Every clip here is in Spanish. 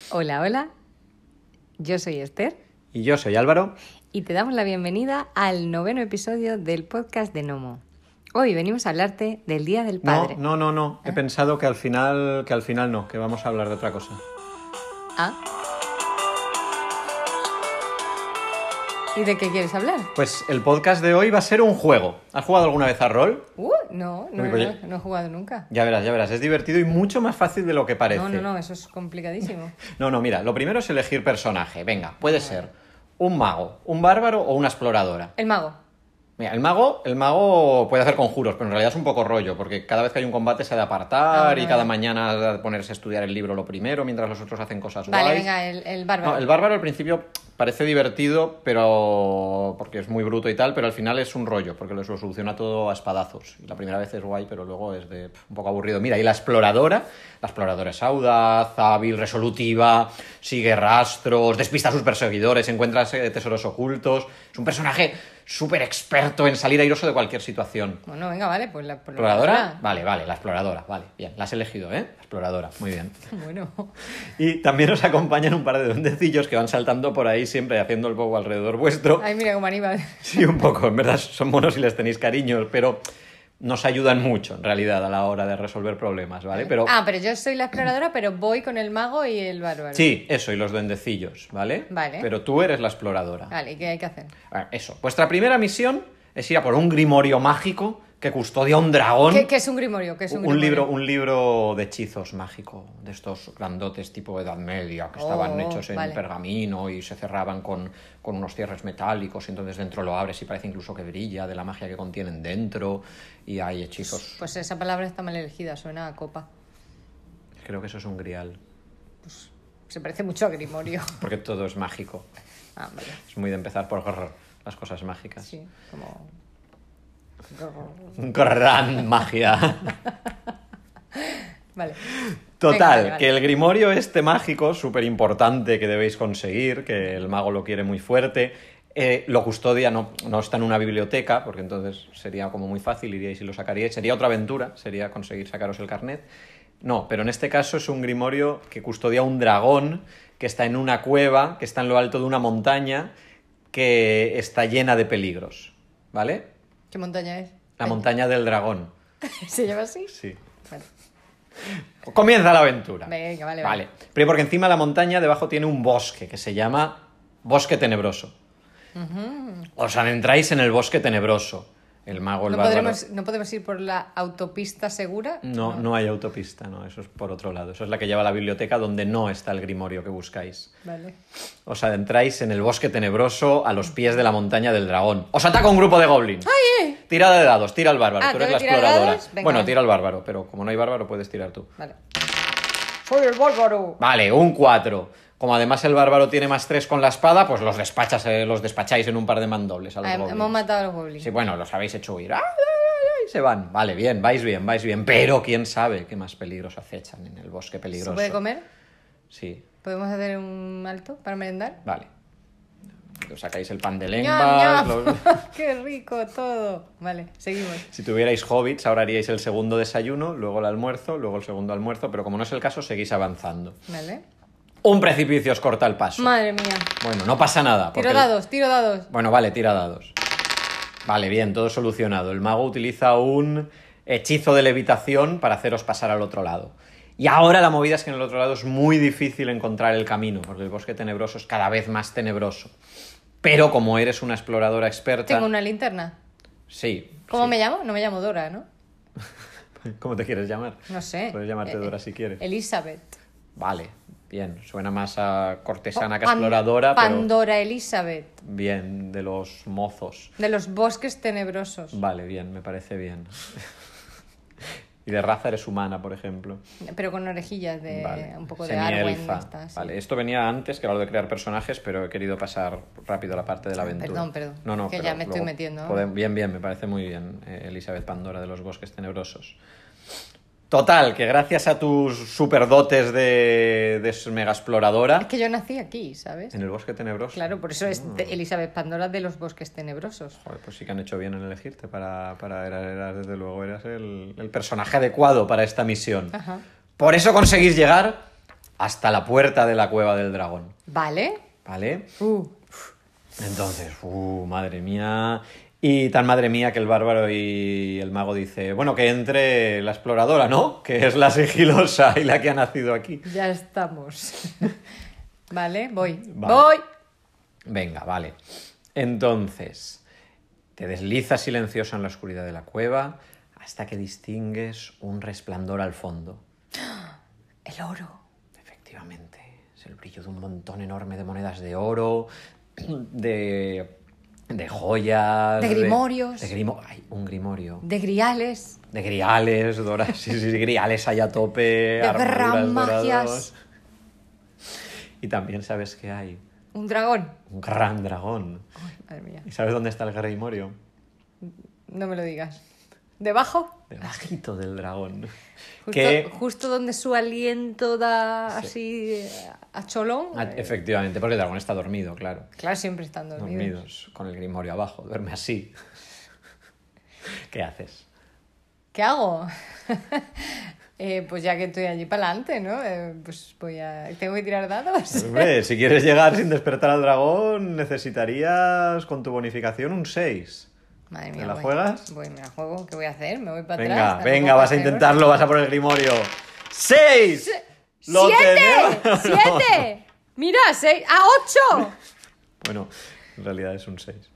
Hola, hola. Yo soy Esther Y yo soy Álvaro. y te damos la bienvenida al 9º episodio del podcast de Nomo. Hoy venimos a hablarte del Día del Padre. No. He pensado que al final no, que vamos a hablar de otra cosa. ¿Ah? ¿Y de qué quieres hablar? Pues el podcast de hoy va a ser un juego. ¿Has jugado alguna vez a rol? No Uy, pues he jugado nunca. Ya verás. Es divertido y mucho más fácil de lo que parece. No, eso es complicadísimo. No, mira, lo primero es elegir personaje. Venga, puede ser un mago, un bárbaro o una exploradora. El mago. Mira, el mago puede hacer conjuros, pero en realidad es un poco rollo, porque cada vez que hay un combate se ha de apartar y cada mañana ha de ponerse a estudiar el libro lo primero, mientras los otros hacen cosas Vale, guays. venga, el bárbaro. No, el bárbaro al principio parece divertido, pero porque es muy bruto y tal, pero al final es un rollo, porque lo soluciona todo a espadazos. Y la primera vez es guay, pero luego es un poco aburrido. Mira, y la exploradora es audaz, hábil, resolutiva, sigue rastros, despista a sus perseguidores, encuentra tesoros ocultos. Es un personaje súper experto en salir airoso de cualquier situación. Bueno, venga, vale, pues la ¿Exploradora? Vale, la exploradora, vale, bien. La has elegido, ¿eh? La exploradora, muy bien. Bueno. Y también os acompañan un par de duendecillos que van saltando por ahí siempre haciendo el poco alrededor vuestro. Ay, mira cómo Aníbal. Sí, un poco, en verdad son monos y les tenéis cariños, pero nos ayudan mucho en realidad a la hora de resolver problemas, ¿vale? Pero yo soy la exploradora, pero voy con el mago y el bárbaro. sí, eso, y los duendecillos, ¿vale? Vale. Pero tú eres la exploradora. Vale, ¿y qué hay que hacer? Eso. Vuestra primera misión es ir a por un grimorio mágico que custodia un dragón. ¿Qué es un grimorio? Un libro de hechizos mágico, de estos grandotes tipo Edad Media, que estaban hechos en pergamino y se cerraban con unos cierres metálicos, y entonces dentro lo abres y parece incluso que brilla de la magia que contienen dentro, y hay hechizos. Pues esa palabra está mal elegida, suena a copa. Creo que eso es un grial. Pues se parece mucho a grimorio. Porque todo es mágico. Vale. Es muy de empezar por las cosas mágicas. Sí, como... Gran magia. Vale. Total, Venga, vale. que el grimorio este mágico, súper importante, que debéis conseguir, que el mago lo quiere muy fuerte, lo custodia, no está en una biblioteca, porque entonces sería como muy fácil, iríais y lo sacaríais. Sería otra aventura, sería conseguir sacaros el carnet. No, pero en este caso es un grimorio que custodia un dragón que está en una cueva, que está en lo alto de una montaña, que está llena de peligros, ¿vale? ¿Qué montaña es? La montaña del dragón. ¿Se llama así? Sí. Vale. Comienza la aventura. Venga, vale. Pero porque encima la montaña debajo tiene un bosque que se llama Bosque Tenebroso. Os adentráis en el Bosque Tenebroso. El mago, el bárbaro... ¿No podemos ir por la autopista segura? No hay autopista, no, eso es por otro lado. Eso es la que lleva a la biblioteca donde no está el grimorio que buscáis. Vale. Os adentráis en el Bosque Tenebroso a los pies de la montaña del dragón. ¡Os ataca un grupo de goblins! ¡Ay! Tirada de dados, tira al bárbaro, tú eres la ¿tengo que tirar exploradora. dados? Venga, Bueno, va. tira al bárbaro, pero como no hay bárbaro puedes tirar tú. Vale. ¡Soy el bárbaro! Vale, un 4. Como además el bárbaro tiene más 3 con la espada, pues los despacháis en un par de mandobles a los goblins. Hemos matado a los goblins. Sí, bueno, los habéis hecho huir. ¡Ay! Se van. Vale, bien, vais bien. Pero quién sabe qué más peligros acechan en el bosque peligroso. ¿Se puede comer? Sí, ¿Podemos hacer un alto para merendar? vale. Os sacáis el pan de ¡Ñam, lenguas. ñam! ¡Qué rico todo! Vale, seguimos. Si tuvierais hobbits, ahora haríais el segundo desayuno, luego el almuerzo, luego el segundo almuerzo, pero como no es el caso, seguís avanzando. Vale. Un precipicio os corta el paso. Madre mía. Bueno, no pasa nada. Tiro dados. Bueno, vale, tira dados. Vale, bien, todo solucionado. El mago utiliza un hechizo de levitación para haceros pasar al otro lado. Y ahora la movida es que en el otro lado es muy difícil encontrar el camino, porque el bosque tenebroso es cada vez más tenebroso. Pero como eres una exploradora experta... ¿Tengo una linterna? Sí. ¿Cómo sí. me llamo? No me llamo Dora, ¿no? ¿Cómo te quieres llamar? No sé. Puedes llamarte Dora si quieres. Elizabeth. Vale, bien. Suena más a cortesana que a exploradora, Pandora Elizabeth. pero bien, de los mozos. De los bosques tenebrosos. Vale, bien, me parece bien. Y de raza eres humana, por ejemplo. Pero con orejillas de Vale. un poco de Arwen. Semielfa. Esta, sí. Vale, esto venía antes que era lo de crear personajes, pero he querido pasar rápido la parte de la aventura. Perdón. No, Que pero ya me estoy luego metiendo. Bien, me parece muy bien, Elizabeth Pandora de los Bosques Tenebrosos. Total, que gracias a tus superdotes de mega exploradora... Es que yo nací aquí, ¿sabes? En el Bosque Tenebroso. Claro, por eso es Elizabeth Pandora de los bosques tenebrosos. Joder, pues sí que han hecho bien en elegirte desde luego, eras el personaje adecuado para esta misión. Ajá. Por eso conseguís llegar hasta la puerta de la cueva del dragón. Vale. ¿Vale? Entonces, madre mía. Y tan madre mía que el bárbaro y el mago dice, bueno, que entre la exploradora, ¿no? Que es la sigilosa y la que ha nacido aquí. Ya estamos. Vale, voy. Vale. Voy. Venga, vale. Entonces, te deslizas silenciosa en la oscuridad de la cueva hasta que distingues un resplandor al fondo. El oro. Efectivamente, es el brillo de un montón enorme de monedas de oro, de joyas... De grimorios. Ay, un grimorio. De griales. De griales, sí, griales hay a tope, De armaduras gran doradas. magias. Y también sabes que hay Un dragón. un gran dragón. Ay, madre mía. ¿Y sabes dónde está el grimorio? No me lo digas. ¿Debajo? Debajito del dragón. Justo, Que... justo donde su aliento da así a cholón. Efectivamente, porque el dragón está dormido, claro. Claro, siempre están dormidos. Dormidos, con el grimorio abajo, duerme así. ¿Qué haces? ¿Qué hago? Pues ya que estoy allí para adelante, ¿no? Pues voy a... ¿Tengo que tirar dados? Hombre, si quieres llegar sin despertar al dragón, necesitarías con tu bonificación un 6. Madre mía, ¿Te la voy. juegas? Voy, me la juego. ¿Qué voy a hacer? Me voy para Venga, atrás. venga, vas a intentarlo, vas a por el grimorio. ¡6! ¡Lo ¡Siete! tenemos! ¡7! ¡Mira! ¡6! ¡Ah, 8! Bueno, en realidad es un 6.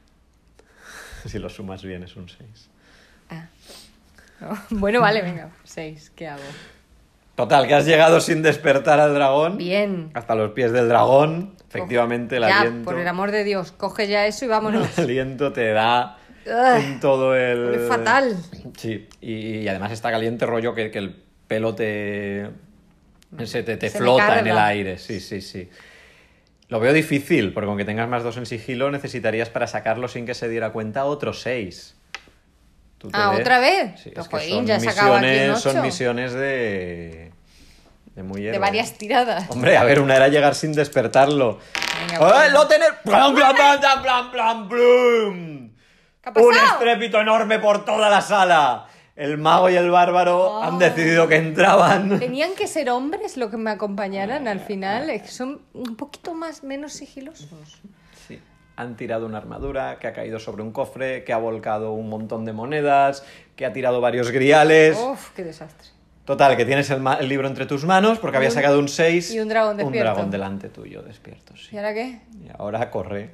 Si lo sumas bien es un 6. Ah. No. Bueno, vale, venga. 6. ¿Qué hago? Total, que has llegado sin despertar al dragón. Bien. Hasta los pies del dragón. Efectivamente, el Ya, aliento... por el amor de Dios, coge ya eso y vámonos. El aliento te da Ugh, en todo el... es fatal. Sí, y además está caliente rollo que el pelo te Se me flota en el carga. aire. Sí, sí, sí. Lo veo difícil, porque aunque tengas más 2 en sigilo, necesitarías para sacarlo sin que se diera cuenta otro 6. ¿Tú te ves? ¿Otra vez? Sí, Pero, es que jolín, son ya he sacado aquí un misiones, son 8. misiones de muy De héroe. varias tiradas. Hombre, a ver, una era llegar sin despertarlo. Venga, ¡Eh, lo tener! ¡Plum, plum, plum, plum, plum, plum! ¿Qué ha pasado? Un estrépito enorme por toda la sala. El mago y el bárbaro han decidido que entraban. ¿Tenían que ser hombres lo que me acompañaran al final? Es que son un poquito menos sigilosos. Sí. Han tirado una armadura que ha caído sobre un cofre, que ha volcado un montón de monedas, que ha tirado varios griales. Uf, qué desastre. Total, que tienes el libro entre tus manos porque había sacado un 6. y un dragón despierto. Un dragón delante tuyo, despierto, sí. ¿Y ahora qué? Y ahora corre.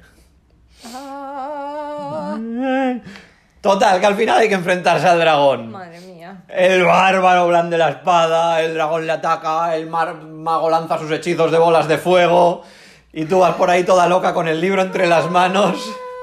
Ah, Total, que al final hay que enfrentarse al dragón. madre mía. El bárbaro blande la espada, el dragón le ataca, el mago lanza sus hechizos de bolas de fuego y tú vas por ahí toda loca con el libro entre las manos.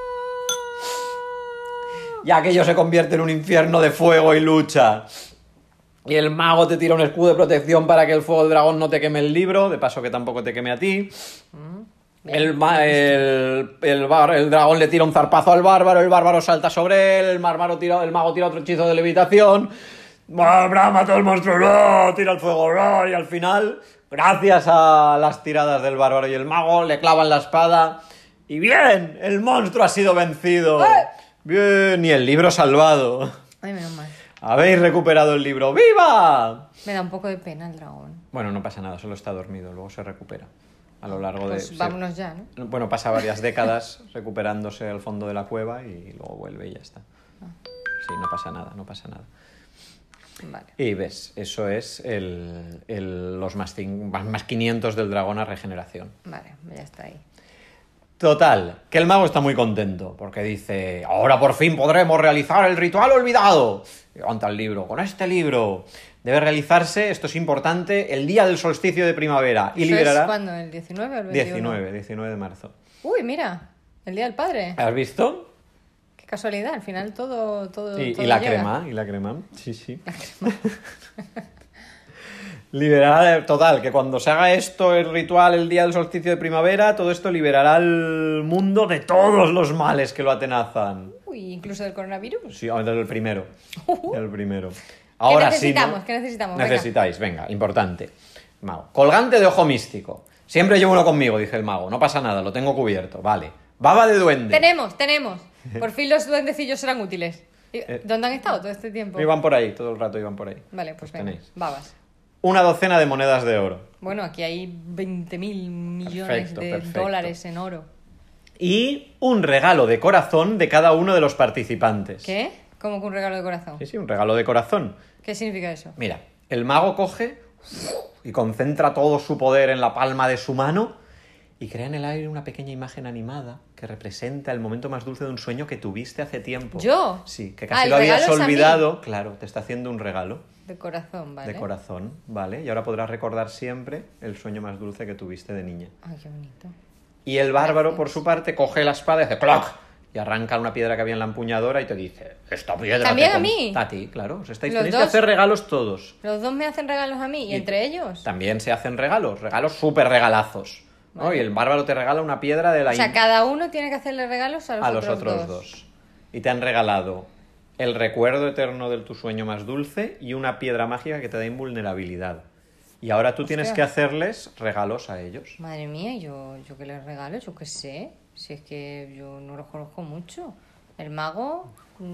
Y aquello se convierte en un infierno de fuego y lucha. Y el mago te tira un escudo de protección para que el fuego del dragón no te queme el libro, de paso que tampoco te queme a ti. El dragón le tira un zarpazo al bárbaro, el bárbaro salta sobre él, el mago tira otro hechizo de levitación, mata al monstruo, tira el fuego, y al final, gracias a las tiradas del bárbaro y el mago, le clavan la espada y bien, el monstruo ha sido vencido. Bien, y el libro salvado. Ay, menos mal. Habéis recuperado el libro, ¡viva! Me da un poco de pena el dragón. Bueno, no pasa nada, solo está dormido, luego se recupera. A lo largo Pues de... vámonos ya, ¿no? Bueno, pasa varias décadas recuperándose al fondo de la cueva y luego vuelve y ya está. Sí, no pasa nada, no pasa nada. Vale. Y ves, eso es los más 500 del dragón a regeneración. Vale, ya está ahí. Total, que el mago está muy contento porque dice, ahora por fin podremos realizar el ritual olvidado. Y levanta el libro, con este libro debe realizarse, esto es importante, el día del solsticio de primavera. Y ¿Eso liberará... es cuándo? ¿El 19 o el 21? 19 de marzo. Uy, mira, el Día del Padre. ¿Has visto? Qué casualidad, al final todo Y todo la llega. crema, sí, sí. Liberará, total, que cuando se haga esto, el ritual, el día del solsticio de primavera, todo esto liberará al mundo de todos los males que lo atenazan. Uy, incluso del coronavirus. Sí, el primero. El primero. Ahora sí, ¿no? ¿Qué necesitamos? Venga. Necesitáis, venga, importante. Mago. Colgante de ojo místico. Siempre llevo uno conmigo, dice el mago. No pasa nada, lo tengo cubierto. Vale. Baba de duende. Tenemos. Por fin los duendecillos serán útiles. ¿Dónde han estado todo este tiempo? Iban por ahí, todo el rato iban por ahí. Vale, pues Los venga, tenéis. babas. una docena de monedas de oro. Bueno, aquí hay 20.000 millones Perfecto, de perfecto. dólares en oro. Y un regalo de corazón de cada uno de los participantes. ¿Qué? ¿Cómo que un regalo de corazón? Sí, un regalo de corazón. ¿Qué significa eso? Mira, el mago coge y concentra todo su poder en la palma de su mano y crea en el aire una pequeña imagen animada que representa el momento más dulce de un sueño que tuviste hace tiempo. ¿Yo? Sí, que casi el lo habías regalo es a mí. olvidado. Claro, te está haciendo un regalo De corazón, ¿vale? de corazón, ¿vale? Y ahora podrás recordar siempre el sueño más dulce que tuviste de niña. Ay, qué bonito. Y el bárbaro, Gracias. por su parte, coge la espada y hace ¡cloc! Y arranca una piedra que había en la empuñadora y te dice, esta piedra ¿También te a mí? A ti, claro. Os ¿Los tenéis que dos? hacer regalos todos. Los dos me hacen regalos a mí, y entre ellos. También se hacen regalos súper regalazos. ¿no? Vale. Y el bárbaro te regala una piedra de la O sea, cada uno tiene que hacerle regalos a los otros dos. Y te han regalado el recuerdo eterno de tu sueño más dulce y una piedra mágica que te da invulnerabilidad. Y ahora tú tienes Hostia. que hacerles regalos a ellos. Madre mía, yo qué les regalo, yo qué sé. Si es que yo no los conozco mucho. El mago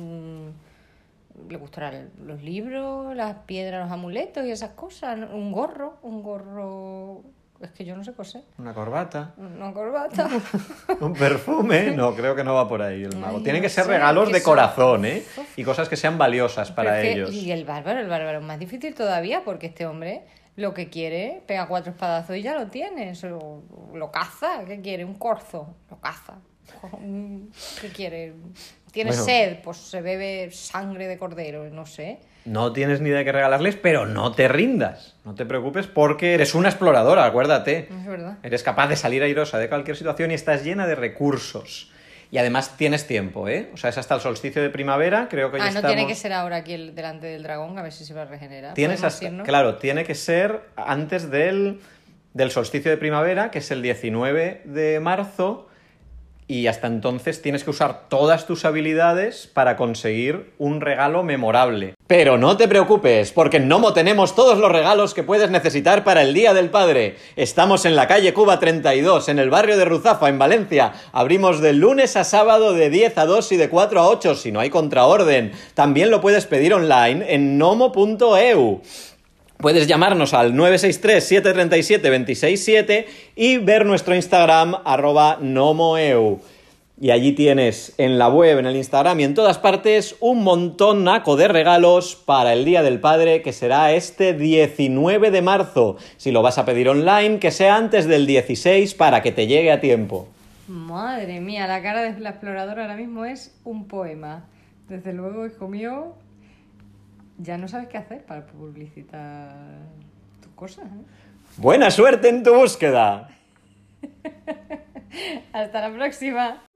le gustarán los libros, las piedras, los amuletos y esas cosas. Un gorro. Es que yo no sé coser. Una corbata, Una corbata. un perfume. No, creo que no va por ahí el mago. Ay, Tienen no que ser sé, regalos que de son- corazón, ¿eh? Y cosas que sean valiosas para Pero es que- ellos. Y el bárbaro es más difícil todavía porque este hombre lo que quiere, pega 4 espadazos y ya lo tiene. Eso lo caza. ¿Qué quiere? Un corzo. Lo caza. ¿Qué quiere? Tiene Bueno. sed, pues se bebe sangre de cordero, no sé. No tienes ni idea de qué regalarles, pero no te rindas. No te preocupes porque eres una exploradora, acuérdate. Es verdad. Eres capaz de salir airosa de cualquier situación y estás llena de recursos. Y además tienes tiempo, ¿eh? O sea, es hasta el solsticio de primavera, creo que ya No estamos... tiene que ser ahora aquí delante del dragón, a ver si se va a regenerar. Tienes ¿Podemos hasta... irnos? Claro, tiene que ser antes del solsticio de primavera, que es el 19 de marzo, y hasta entonces tienes que usar todas tus habilidades para conseguir un regalo memorable. Pero no te preocupes, porque en Nomo tenemos todos los regalos que puedes necesitar para el Día del Padre. Estamos en la calle Cuba 32, en el barrio de Ruzafa, en Valencia. Abrimos de lunes a sábado de 10 a 2 y de 4 a 8, si no hay contraorden. También lo puedes pedir online en nomo.eu. Puedes llamarnos al 963-737-267 y ver nuestro Instagram @nomoeu. Y allí tienes en la web, en el Instagram y en todas partes un montonaco de regalos para el Día del Padre, que será este 19 de marzo. Si lo vas a pedir online, que sea antes del 16 para que te llegue a tiempo. Madre mía, la cara de la exploradora ahora mismo es un poema. Desde luego, hijo mío, ya no sabes qué hacer para publicitar tus cosas, ¿eh? ¡Buena suerte en tu búsqueda! Hasta la próxima.